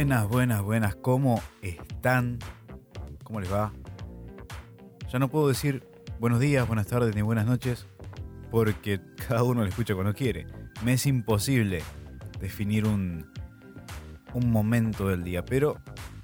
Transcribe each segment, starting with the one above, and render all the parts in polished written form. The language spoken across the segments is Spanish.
Buenas, buenas, buenas. ¿Cómo están? ¿Cómo les va? Ya no puedo decir buenos días, buenas tardes ni buenas noches porque cada uno lo escucha cuando quiere. Me es imposible definir un momento del día, pero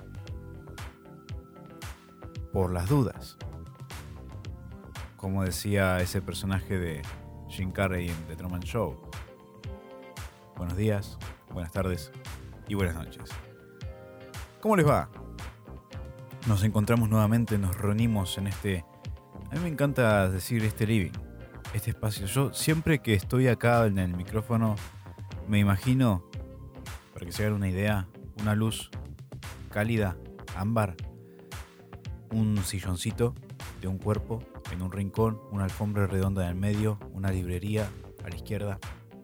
por las dudas, como decía ese personaje de Jim Carrey en The Truman Show, buenos días, buenas tardes y buenas noches. ¿Cómo les va? Nos encontramos nuevamente, nos reunimos en este... A mí me encanta decir este living, este espacio. Yo siempre que estoy acá en el micrófono me imagino, para que se hagan una idea, una luz cálida, ámbar, un silloncito de un cuerpo en un rincón, una alfombra redonda en el medio, una librería a la izquierda,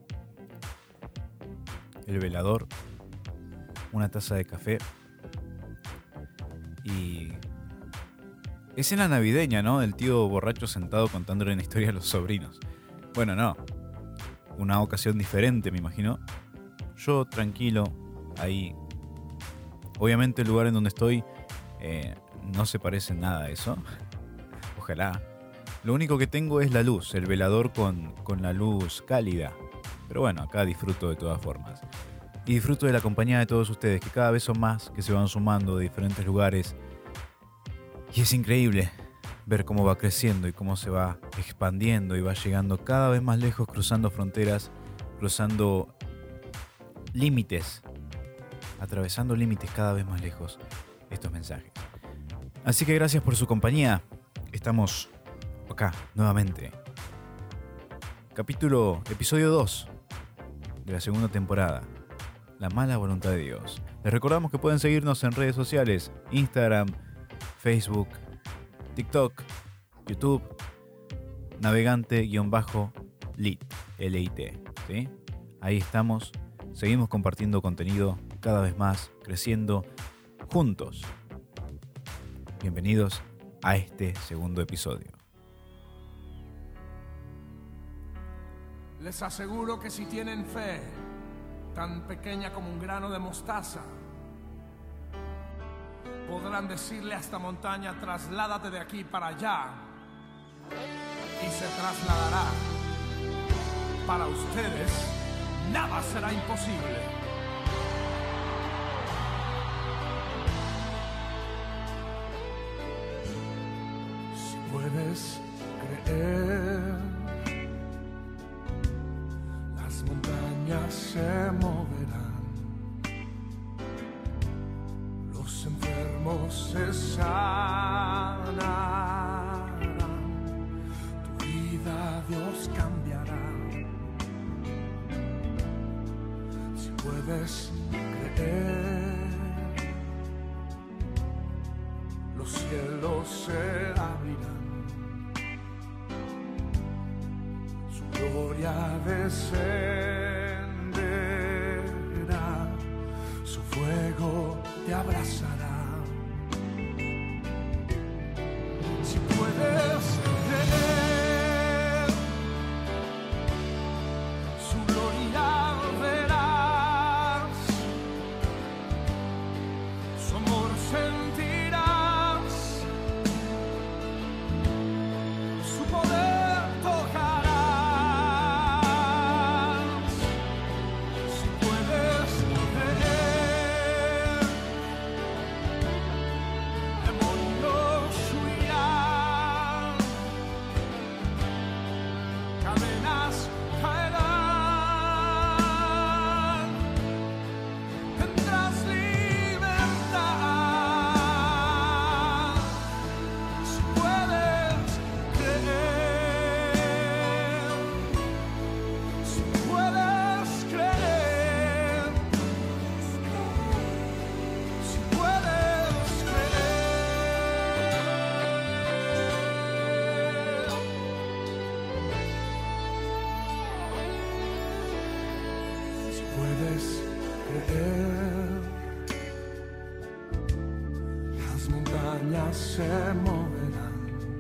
el velador, una taza de café y escena navideña, ¿no? El tío borracho sentado contándole una historia a los sobrinos. Bueno, no, una ocasión diferente, me imagino. Yo tranquilo ahí. Obviamente el lugar en donde estoy no se parece en nada a eso. Ojalá. Lo único que tengo es la luz, el velador con la luz cálida. Pero bueno, acá disfruto de todas formas. Y disfruto de la compañía de todos ustedes, que cada vez son más, que se van sumando de diferentes lugares. Y es increíble ver cómo va creciendo y cómo se va expandiendo y va llegando cada vez más lejos, cruzando fronteras, cruzando límites, atravesando límites cada vez más lejos estos mensajes. Así que gracias por su compañía. Estamos acá nuevamente. Episodio 2 de la segunda temporada. La mala voluntad de Dios. Les recordamos que pueden seguirnos en redes sociales, Instagram, Facebook, TikTok, YouTube, navegante-lit, L-I-T, ¿sí? Ahí estamos, seguimos compartiendo contenido cada vez más, creciendo juntos. Bienvenidos a este segundo episodio. Les aseguro que si tienen fe, tan pequeña como un grano de mostaza, podrán decirle a esta montaña: trasládate de aquí para allá, y se trasladará. Para ustedes, nada será imposible. Si puedes creer, las montañas se moverán, los enfermos se sanarán, tu vida Dios cambiará. Si puedes creer, los cielos se abrirán, su gloria descenderá, su fuego te abrazará. Si puedes creer, su gloria verás, su amor sentirás, su poder tocarás. Si puedes creer, demonios huirán, cadenas caerán, tendrás libertad. Si puedes creer, si puedes creer, si puedes creer, si puedes creer, las montañas se moverán,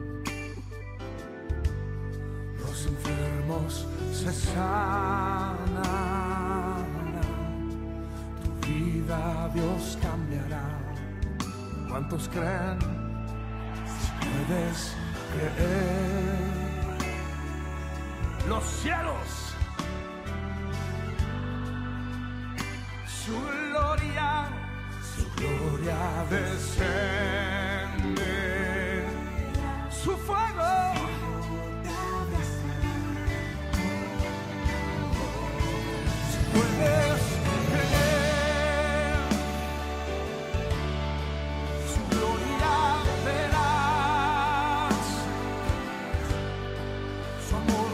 los enfermos se sanarán, tu vida vida Dios cambiará. ¿Cuántos creen? Si puedes creer. Los cielos, su gloria desciende, su fuego si puedes creer, su gloria verás, su amor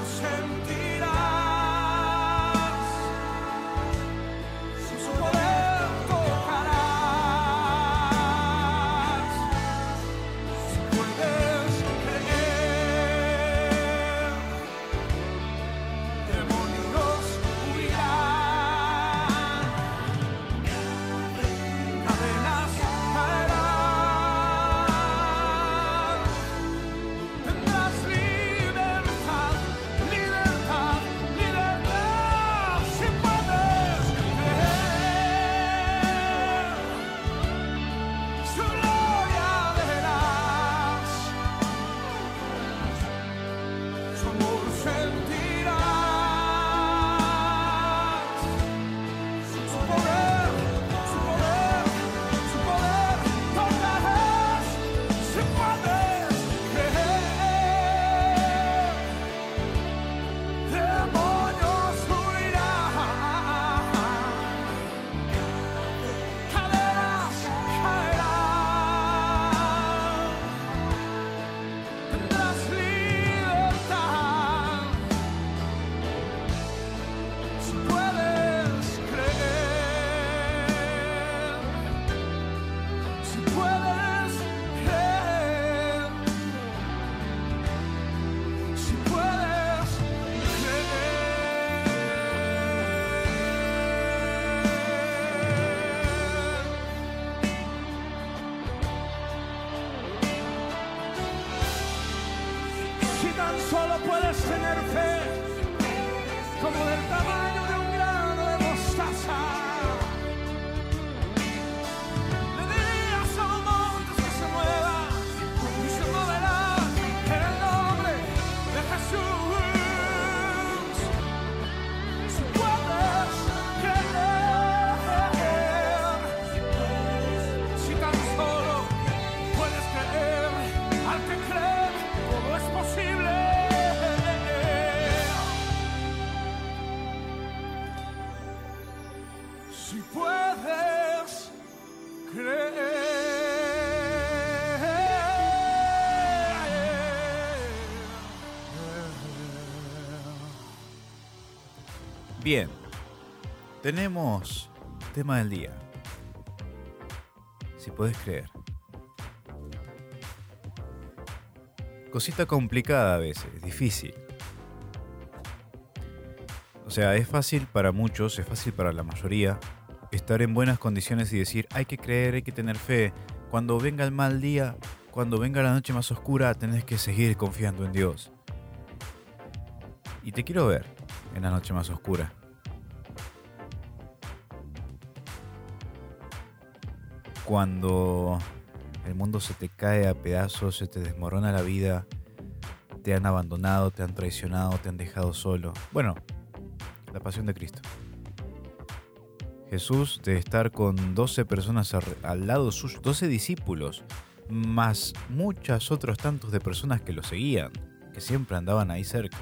sentirás, su poder tocarás. Si puedes creer, demonios huirán, cadenas caerán, tendrás libertad, libertad, libertad. Si puedes creer, su gloria verás, su amor sentirás, su poder, su poder, su poder tocarás. Si puedes creer, demonios huirán, cadenas caerán, tendrás libertad. Si puedes creer, si puedes creer, si puedes creer. Si tan solo puedes tener fe, como del tamaño de un grano de mostaza, le dirías a los montes que se muevan y se moverán en el nombre de Jesús. Si puedes creer, si tan solo puedes creer, al que cree todo es posible. Si puedes creer. Bien, tenemos tema del día. Si puedes creer. Cosita complicada a veces, difícil. O sea, es fácil para muchos, es fácil para la mayoría estar en buenas condiciones y decir hay que creer, hay que tener fe. Cuando venga el mal día, cuando venga la noche más oscura, tenés que seguir confiando en Dios. Y te quiero ver en la noche más oscura. Cuando el mundo se te cae a pedazos, se te desmorona la vida, te han abandonado, te han traicionado, te han dejado solo. Bueno, la pasión de Cristo. Jesús, de estar con 12 personas al lado suyo, 12 discípulos, más muchos otros tantos de personas que lo seguían, que siempre andaban ahí cerca.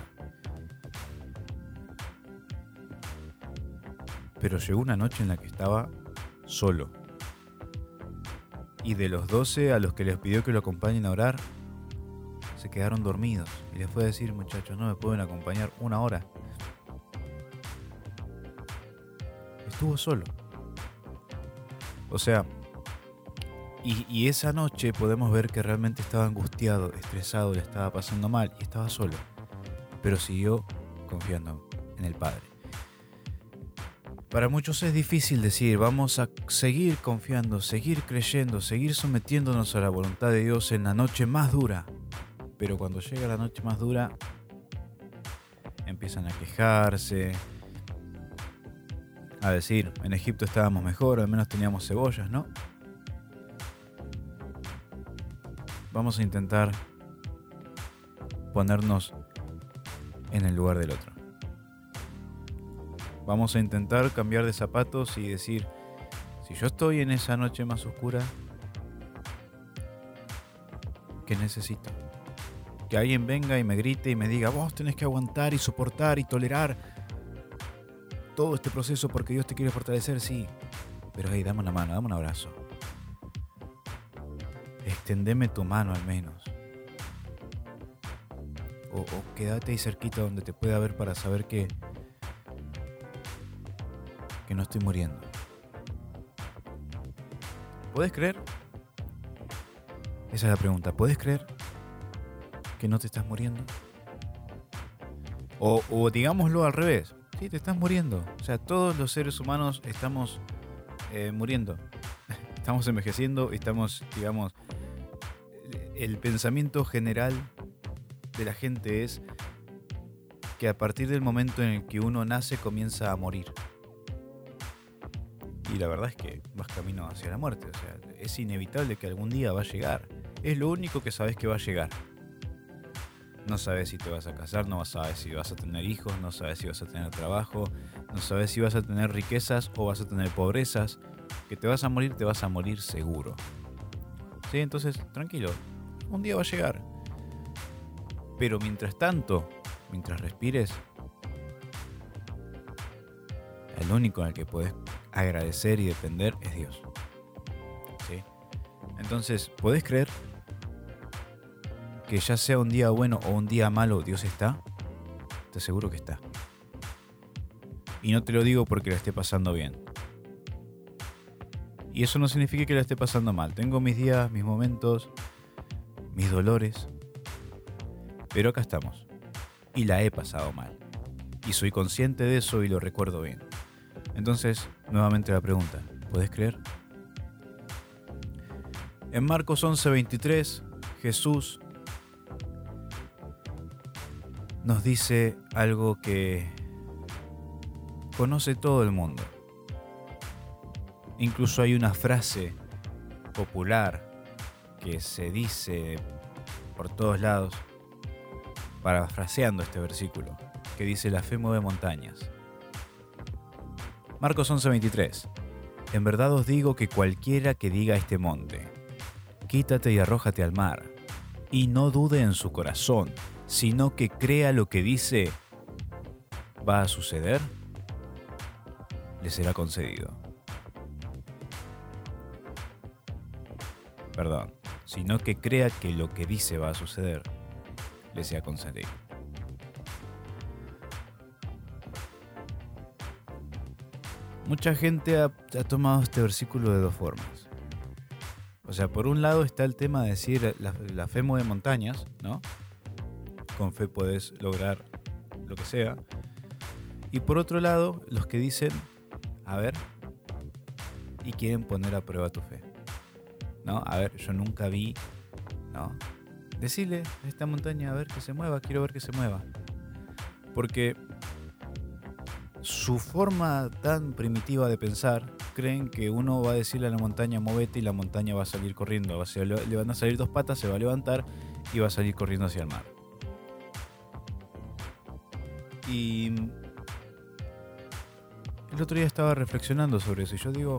Pero llegó una noche en la que estaba solo. Y de los 12 a los que les pidió que lo acompañen a orar, se quedaron dormidos. Y les fue a decir, muchachos, no me pueden acompañar una hora. Estuvo solo. O sea, y esa noche podemos ver que realmente estaba angustiado, estresado, le estaba pasando mal y estaba solo. Pero siguió confiando en el Padre. Para muchos es difícil decir, vamos a seguir confiando, seguir creyendo, seguir sometiéndonos a la voluntad de Dios en la noche más dura. Pero cuando llega la noche más dura, empiezan a quejarse, a decir, en Egipto estábamos mejor, al menos teníamos cebollas, ¿no? Vamos a intentar ponernos en el lugar del otro. Vamos a intentar cambiar de zapatos y decir, si yo estoy en esa noche más oscura, ¿qué necesito? Que alguien venga y me grite y me diga, vos tenés que aguantar y soportar y tolerar todo este proceso porque Dios te quiere fortalecer, sí. Pero hey, dame una mano, dame un abrazo. Extendeme tu mano al menos. O quédate ahí cerquita donde te pueda ver para saber que no estoy muriendo. ¿Puedes creer? Esa es la pregunta. ¿Puedes creer que no te estás muriendo? O digámoslo al revés. Sí, te estás muriendo. O sea, todos los seres humanos estamos muriendo. Estamos envejeciendo, estamos, digamos... El pensamiento general de la gente es que a partir del momento en el que uno nace comienza a morir. Y la verdad es que vas camino hacia la muerte. O sea, es inevitable que algún día va a llegar. Es lo único que sabes que va a llegar. No sabes si te vas a casar, no sabes si vas a tener hijos, no sabes si vas a tener trabajo, no sabes si vas a tener riquezas o vas a tener pobrezas. Que te vas a morir seguro. ¿Sí? Entonces, tranquilo. Un día va a llegar. Pero mientras tanto, mientras respires, el único en el que puedes agradecer y depender es Dios. ¿Sí? Entonces, ¿podés creer que ya sea un día bueno o un día malo, Dios está? Te aseguro que está. Y no te lo digo porque la esté pasando bien. Y eso no significa que la esté pasando mal. Tengo mis días, mis momentos, mis dolores. Pero acá estamos. Y la he pasado mal. Y soy consciente de eso y lo recuerdo bien. Entonces, nuevamente la pregunta. ¿Puedes creer? En Marcos 11:23, Jesús nos dice algo que conoce todo el mundo. Incluso hay una frase popular que se dice por todos lados, parafraseando este versículo, que dice: la fe mueve montañas. Marcos 11:23. En verdad os digo que cualquiera que diga a este monte, quítate y arrójate al mar, y no dude en su corazón, sino que crea lo que dice, va a suceder, le será concedido. Perdón, sino que crea que lo que dice va a suceder, le sea concedido. Mucha gente ha tomado este versículo de dos formas. O sea, por un lado está el tema de decir la fe mueve montañas, ¿no? Con fe puedes lograr lo que sea. Y por otro lado, los que dicen, a ver, y quieren poner a prueba tu fe. ¿No? A ver, yo nunca vi, ¿no? Decirle a esta montaña, a ver que se mueva, quiero ver que se mueva. Porque su forma tan primitiva de pensar, creen que uno va a decirle a la montaña, movete, y la montaña va a salir corriendo. Le van a salir dos patas, se va a levantar y va a salir corriendo hacia el mar. Y el otro día estaba reflexionando sobre eso y yo digo,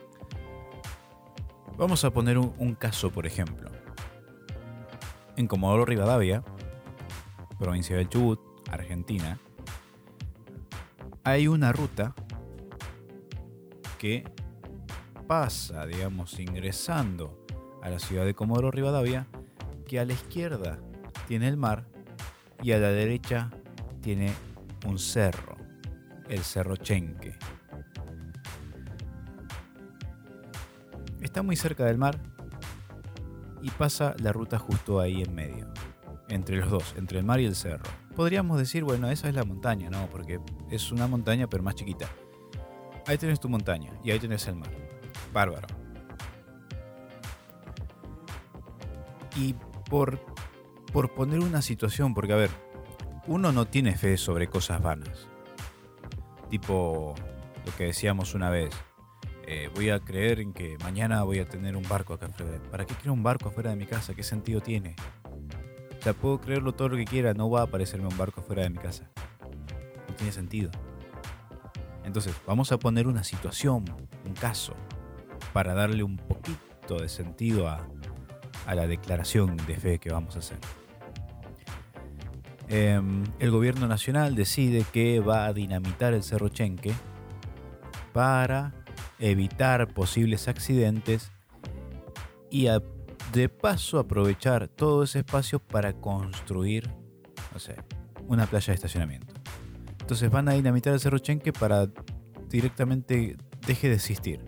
vamos a poner un caso, por ejemplo. En Comodoro Rivadavia, provincia del Chubut, Argentina, hay una ruta que pasa, digamos, ingresando a la ciudad de Comodoro Rivadavia, que a la izquierda tiene el mar y a la derecha tiene un cerro, el Cerro Chenque. Está muy cerca del mar y pasa la ruta justo ahí en medio, entre los dos, entre el mar y el cerro. Podríamos decir, bueno, esa es la montaña, ¿no? Porque es una montaña pero más chiquita. Ahí tenés tu montaña y ahí tenés el mar. Bárbaro. Y por poner una situación, porque a ver, uno no tiene fe sobre cosas vanas. Tipo, lo que decíamos una vez. Voy a creer en que mañana voy a tener un barco acá afuera. ¿Para qué quiero un barco afuera de mi casa? ¿Qué sentido tiene? O sea, puedo creerlo todo lo que quiera, no va a aparecerme un barco afuera de mi casa. No tiene sentido. Entonces, vamos a poner una situación, un caso, para darle un poquito de sentido a la declaración de fe que vamos a hacer. El gobierno nacional decide que va a dinamitar el Cerro Chenque para evitar posibles accidentes y de paso aprovechar todo ese espacio para construir, una playa de estacionamiento. Entonces van a dinamitar el Cerro Chenque para directamente deje de existir.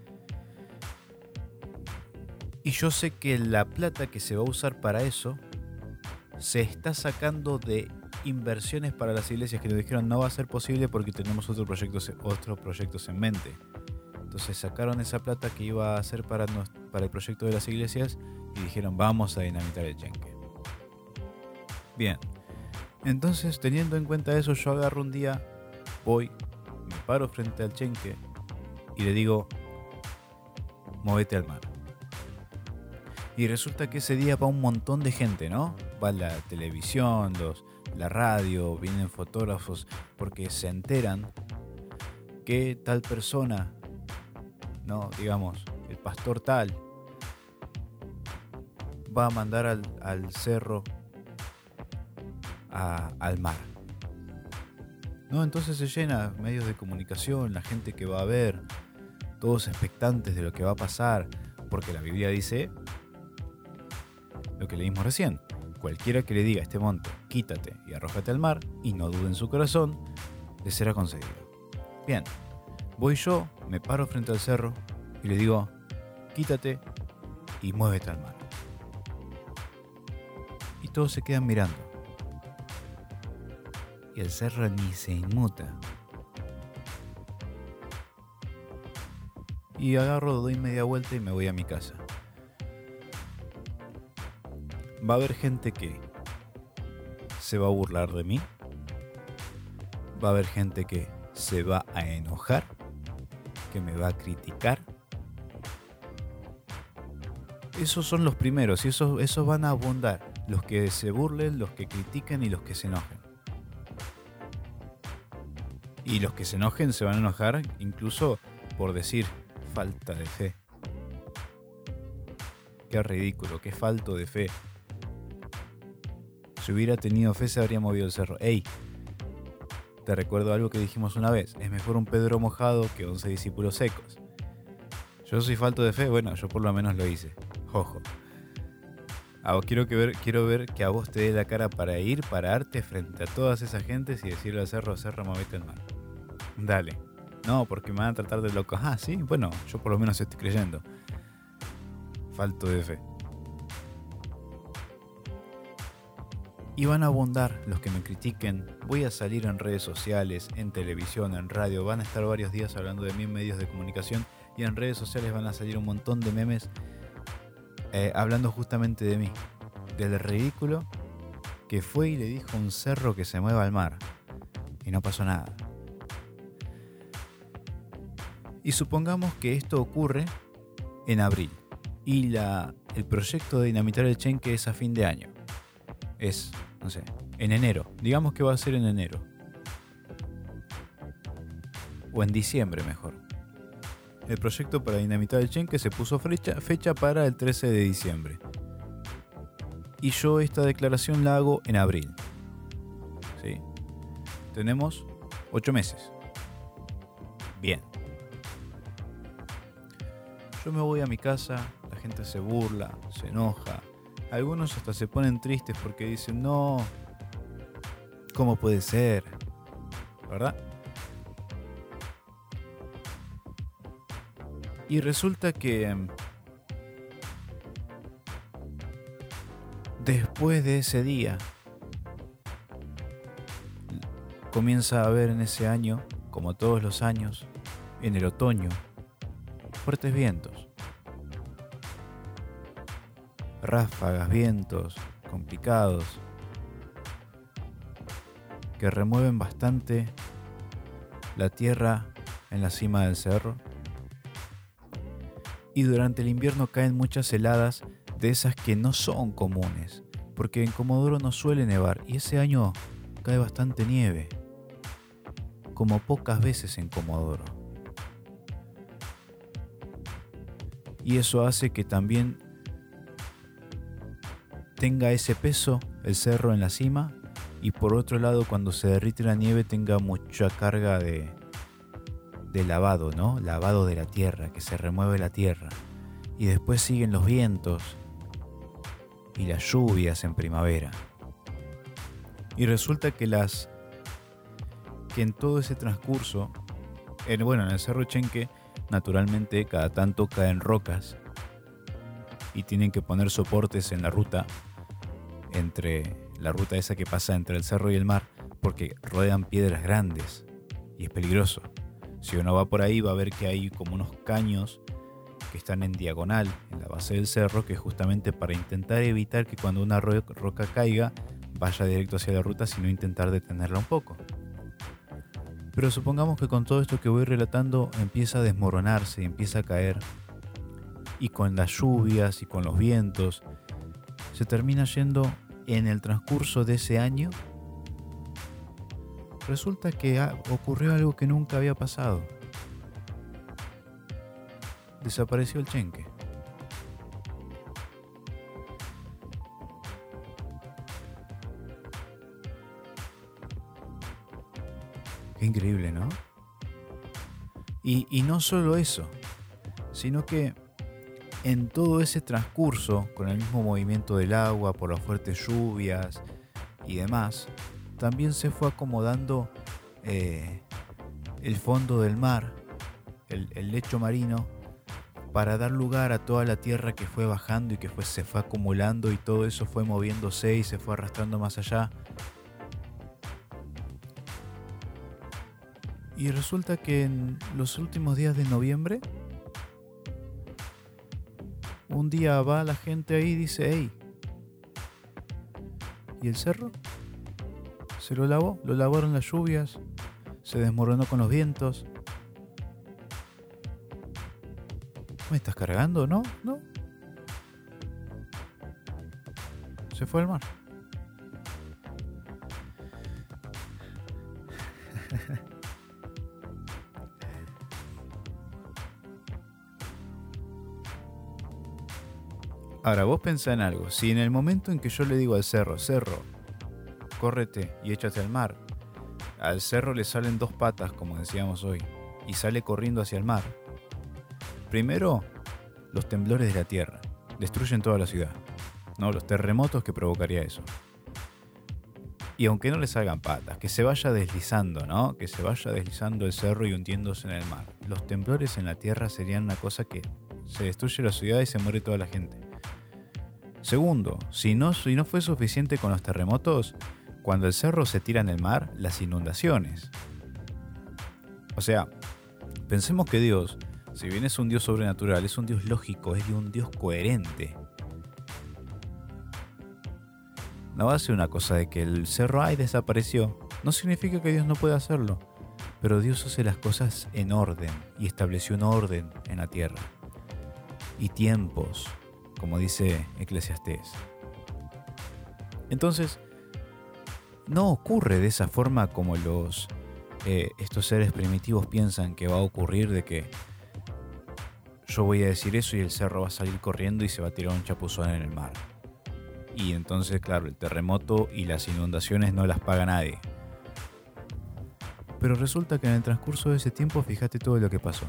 Y yo sé que la plata que se va a usar para eso se está sacando de inversiones para las iglesias que nos dijeron no va a ser posible porque tenemos otros proyectos en mente. Entonces sacaron esa plata que iba a ser para el proyecto de las iglesias y dijeron vamos a dinamitar el Chenque. Bien, entonces teniendo en cuenta eso, yo agarro un día, voy, me paro frente al Chenque y le digo móvete al mar. Y resulta que ese día va un montón de gente, ¿no? Va la televisión, la radio, vienen fotógrafos porque se enteran que tal persona, no, digamos, el pastor tal, va a mandar al cerro al mar. ¿No? Entonces se llena medios de comunicación, la gente que va a ver, todos expectantes de lo que va a pasar, porque la Biblia dice lo que leímos recién. Cualquiera que le diga a este monte, quítate y arrójate al mar, y no dude en su corazón, le será concedido. Bien, voy yo, me paro frente al cerro y le digo, quítate y muévete al mar. Y todos se quedan mirando. Y el cerro ni se inmuta. Y agarro, doy media vuelta y me voy a mi casa. Va a haber gente que se va a burlar de mí. Va a haber gente que se va a enojar, que me va a criticar. Esos son los primeros y esos van a abundar. Los que se burlen, los que critiquen y los que se enojen. Y los que se enojen se van a enojar incluso por decir falta de fe. Qué ridículo, qué falto de fe. Si hubiera tenido fe se habría movido el cerro. ¡Ey! Te recuerdo algo que dijimos una vez. Es mejor un Pedro mojado que 11 discípulos secos. Yo soy falto de fe. Bueno, yo por lo menos lo hice. Ojo. Quiero ver que a vos te dé la cara para pararte frente a todas esas gentes y decirle al cerro, movete al mar. Dale. No, porque me van a tratar de loco. Ah, sí, bueno, yo por lo menos estoy creyendo. Falto de fe. Y van a abundar los que me critiquen. Voy a salir en redes sociales, en televisión, en radio. Van a estar varios días hablando de mí en medios de comunicación. Y en redes sociales van a salir un montón de memes hablando justamente de mí. Del ridículo que fue y le dijo a un cerro que se mueva al mar. Y no pasó nada. Y supongamos que esto ocurre en abril. Y el proyecto de dinamitar el Chenque es a fin de año. Es, no sé, en enero. Digamos que va a ser en enero. O en diciembre mejor. El proyecto para dinamitar el Chenque se puso fecha para el 13 de diciembre. Y yo esta declaración la hago en abril. ¿Sí? Tenemos 8 meses. Bien. Yo me voy a mi casa, la gente se burla, se enoja. Algunos hasta se ponen tristes porque dicen, no, ¿cómo puede ser? ¿Verdad? Y resulta que después de ese día comienza a haber en ese año, como todos los años, en el otoño, fuertes vientos. Ráfagas, vientos complicados que remueven bastante la tierra en la cima del cerro. Y durante el invierno caen muchas heladas de esas que no son comunes, porque en Comodoro no suele nevar y ese año cae bastante nieve, como pocas veces en Comodoro. Y eso hace que también tenga ese peso el cerro en la cima, y por otro lado, cuando se derrite la nieve, tenga mucha carga de lavado, ¿no? Lavado de la tierra, que se remueve la tierra. Y después siguen los vientos y las lluvias en primavera. Y resulta que en todo ese transcurso, en el Cerro Chenque, naturalmente cada tanto caen rocas y tienen que poner soportes en la ruta, entre la ruta esa que pasa entre el cerro y el mar, porque rodean piedras grandes y es peligroso. Si uno va por ahí va a ver que hay como unos caños que están en diagonal en la base del cerro, que es justamente para intentar evitar que cuando una roca caiga vaya directo hacia la ruta, sino intentar detenerla un poco. Pero supongamos que con todo esto que voy relatando empieza a desmoronarse, empieza a caer, y con las lluvias y con los vientos se termina yendo en el transcurso de ese año. Resulta que ocurrió algo que nunca había pasado. Desapareció el Chenque. Qué increíble, ¿no? Y no solo eso, sino que en todo ese transcurso, con el mismo movimiento del agua por las fuertes lluvias y demás, también se fue acomodando el fondo del mar, el lecho marino, para dar lugar a toda la tierra que fue bajando y que se fue acumulando, y todo eso fue moviéndose y se fue arrastrando más allá. Y resulta que en los últimos días de noviembre, un día va la gente ahí y dice: hey, ¿y el cerro? Se lo lavaron las lluvias, se desmoronó con los vientos. ¿Me estás cargando? ¿No? Se fue al mar. Ahora, vos pensá en algo. Si en el momento en que yo le digo al cerro, córrete y échate al mar, al cerro le salen dos patas, como decíamos hoy, y sale corriendo hacia el mar. Primero, los temblores de la tierra destruyen toda la ciudad, ¿no? Los terremotos que provocaría eso. Y aunque no le salgan patas, que se vaya deslizando, ¿no? Que se vaya deslizando el cerro y hundiéndose en el mar. Los temblores en la tierra serían una cosa que se destruye la ciudad y se muere toda la gente. Segundo, si no fue suficiente con los terremotos, cuando el cerro se tira en el mar, las inundaciones. O sea, pensemos que Dios, si bien es un Dios sobrenatural, es un Dios lógico, es un Dios coherente. No hace una cosa de que el cerro desapareció. No significa que Dios no pueda hacerlo, pero Dios hace las cosas en orden y estableció un orden en la tierra. Y tiempos, como dice Eclesiastés. Entonces, no ocurre de esa forma como estos seres primitivos piensan que va a ocurrir, de que yo voy a decir eso y el cerro va a salir corriendo y se va a tirar un chapuzón en el mar. Y entonces, claro, el terremoto y las inundaciones no las paga nadie. Pero resulta que en el transcurso de ese tiempo, fíjate todo lo que pasó.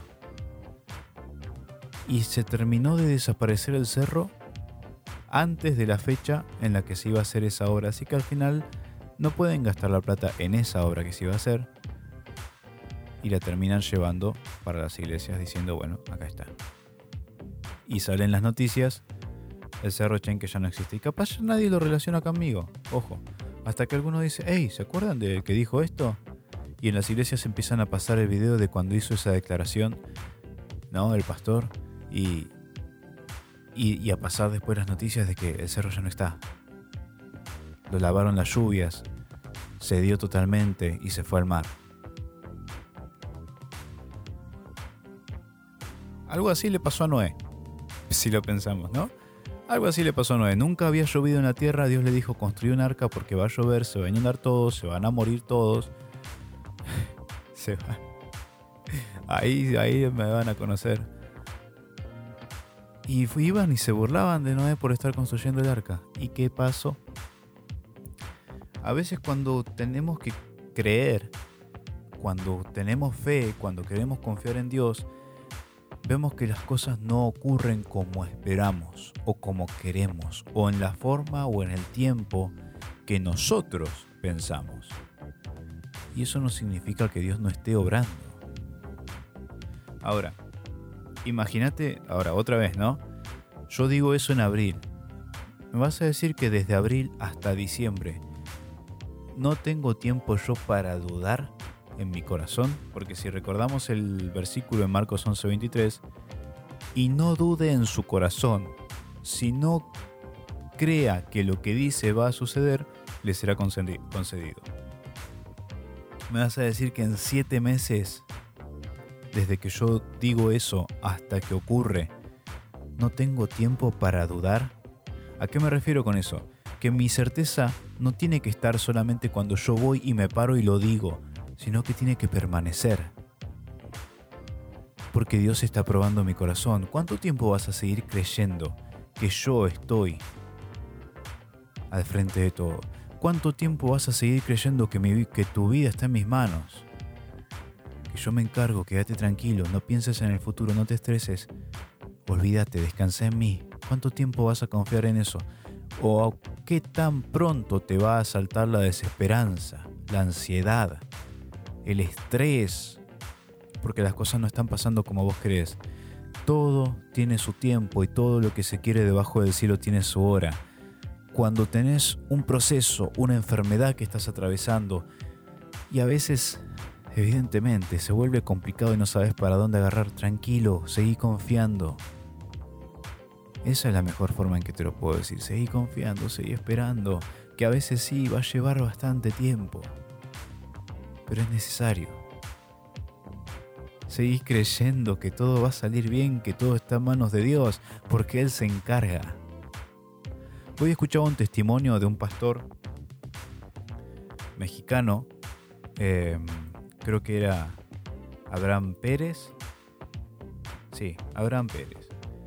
Y se terminó de desaparecer el cerro antes de la fecha en la que se iba a hacer esa obra. Así que al final no pueden gastar la plata en esa obra que se iba a hacer y la terminan llevando para las iglesias diciendo: bueno, acá está. Y salen las noticias: el Cerro Chenque ya no existe. Y capaz ya nadie lo relaciona conmigo, ojo, hasta que alguno dice: hey, ¿se acuerdan de que dijo esto? Y en las iglesias empiezan a pasar el video de cuando hizo esa declaración, ¿no? El pastor. Y a pasar después las noticias de que el cerro ya no está. Lo lavaron las lluvias, cedió totalmente y se fue al mar. Algo así le pasó a Noé, si lo pensamos, ¿no? Algo así le pasó a Noé. Nunca había llovido en la tierra. Dios le dijo, construye un arca porque va a llover, se va a inundar todos, se van a morir todos. Se va. Ahí me van a conocer. Y iban y se burlaban de Noé por estar construyendo el arca. ¿Y qué pasó? A veces cuando tenemos que creer, cuando tenemos fe, cuando queremos confiar en Dios, vemos que las cosas no ocurren como esperamos o como queremos, o en la forma o en el tiempo que nosotros pensamos. Y eso no significa que Dios no esté obrando. Ahora, imagínate, otra vez, ¿no? Yo digo eso en abril. Me vas a decir que desde abril hasta diciembre no tengo tiempo yo para dudar en mi corazón, porque si recordamos el versículo en Marcos 11:23, y no dude en su corazón, sino crea que lo que dice va a suceder, le será concedido. Me vas a decir que en 7 meses, desde que yo digo eso hasta que ocurre, no tengo tiempo para dudar. ¿A qué me refiero con eso? Que mi certeza no tiene que estar solamente cuando yo voy y me paro y lo digo, sino que tiene que permanecer. Porque Dios está probando mi corazón. ¿Cuánto tiempo vas a seguir creyendo que yo estoy al frente de todo? ¿Cuánto tiempo vas a seguir creyendo que tu vida está en mis manos? Que yo me encargo, quédate tranquilo, no pienses en el futuro, no te estreses. Olvídate, descansa en mí. ¿Cuánto tiempo vas a confiar en eso? ¿O qué tan pronto te va a asaltar la desesperanza, la ansiedad, el estrés? Porque las cosas no están pasando como vos crees. Todo tiene su tiempo y todo lo que se quiere debajo del cielo tiene su hora. Cuando tenés un proceso, una enfermedad que estás atravesando, y a veces, evidentemente, se vuelve complicado y no sabes para dónde agarrar, tranquilo, seguí confiando. Esa es la mejor forma en que te lo puedo decir. Seguí confiando, seguí esperando, que a veces sí va a llevar bastante tiempo, pero es necesario. Seguí creyendo que todo va a salir bien, que todo está en manos de Dios, porque Él se encarga. Hoy escuchaba un testimonio de un pastor mexicano, creo que era Abraham Pérez. Sí, Abraham Pérez.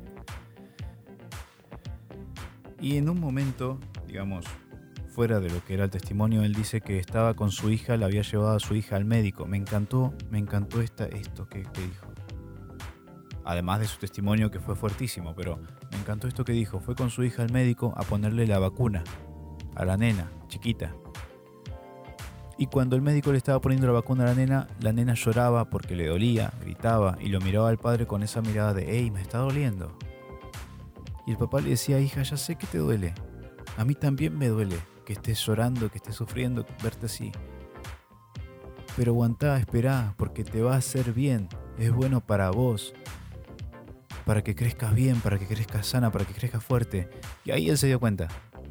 Y en un momento, digamos, fuera de lo que era el testimonio, él dice que estaba con su hija, le había llevado a su hija al médico. Me encantó esto que dijo. Además de su testimonio, que fue fuertísimo, pero me encantó esto que dijo. Fue con su hija al médico a ponerle la vacuna a la nena, chiquita. Y cuando el médico le estaba poniendo la vacuna a la nena lloraba porque le dolía, gritaba y lo miraba al padre con esa mirada de «Hey, me está doliendo». Y el papá le decía, hija, ya sé que te duele. A mí también me duele que estés llorando, que estés sufriendo, verte así. Pero aguantá, esperá, porque te va a hacer bien. Es bueno para vos. Para que crezcas bien, para que crezcas sana, para que crezcas fuerte. Y ahí él se dio cuenta.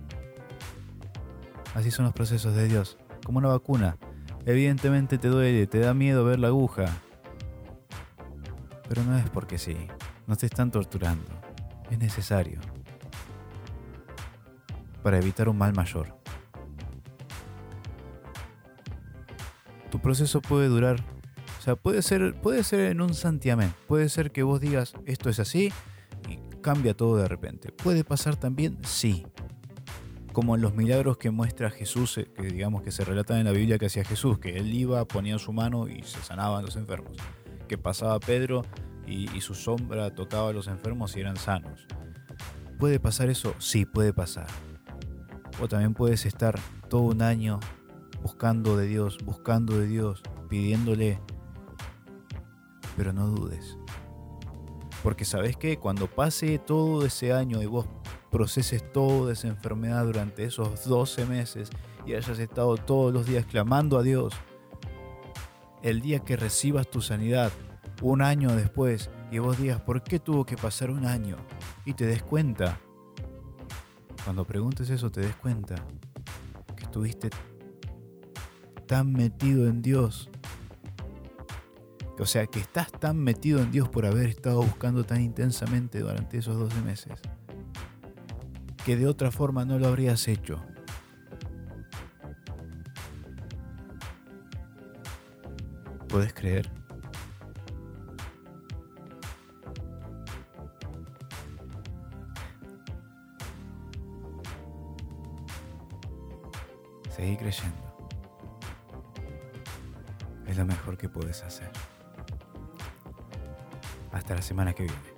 Así son los procesos de Dios. Como una vacuna. Evidentemente te duele, te da miedo ver la aguja. Pero no es porque sí. No te están torturando. Es necesario para evitar un mal mayor. Tu proceso puede durar, o sea, puede ser en un santiamén. Puede ser que vos digas esto es así y cambia todo de repente. Puede pasar también, sí, como en los milagros que muestra Jesús, que digamos que se relatan en la Biblia que hacía Jesús, que él iba, ponía su mano y se sanaban los enfermos, que pasaba Pedro y su sombra tocaba a los enfermos y eran sanos. ¿Puede pasar eso? Sí, puede pasar. O también puedes estar todo un año buscando de Dios, pidiéndole, pero no dudes. Porque ¿sabes qué? Cuando pase todo ese año y vos proceses toda esa enfermedad durante esos 12 meses y hayas estado todos los días clamando a Dios, el día que recibas tu sanidad, un año después, y vos digas, ¿por qué tuvo que pasar un año? Y te des cuenta, cuando preguntes eso te des cuenta que estuviste tan metido en Dios que O sea, que estás tan metido en Dios por haber estado buscando tan intensamente durante esos 12 meses, que de otra forma no lo habrías hecho. ¿Puedes creer? Seguí creyendo. Es lo mejor que puedes hacer. Hasta la semana que viene.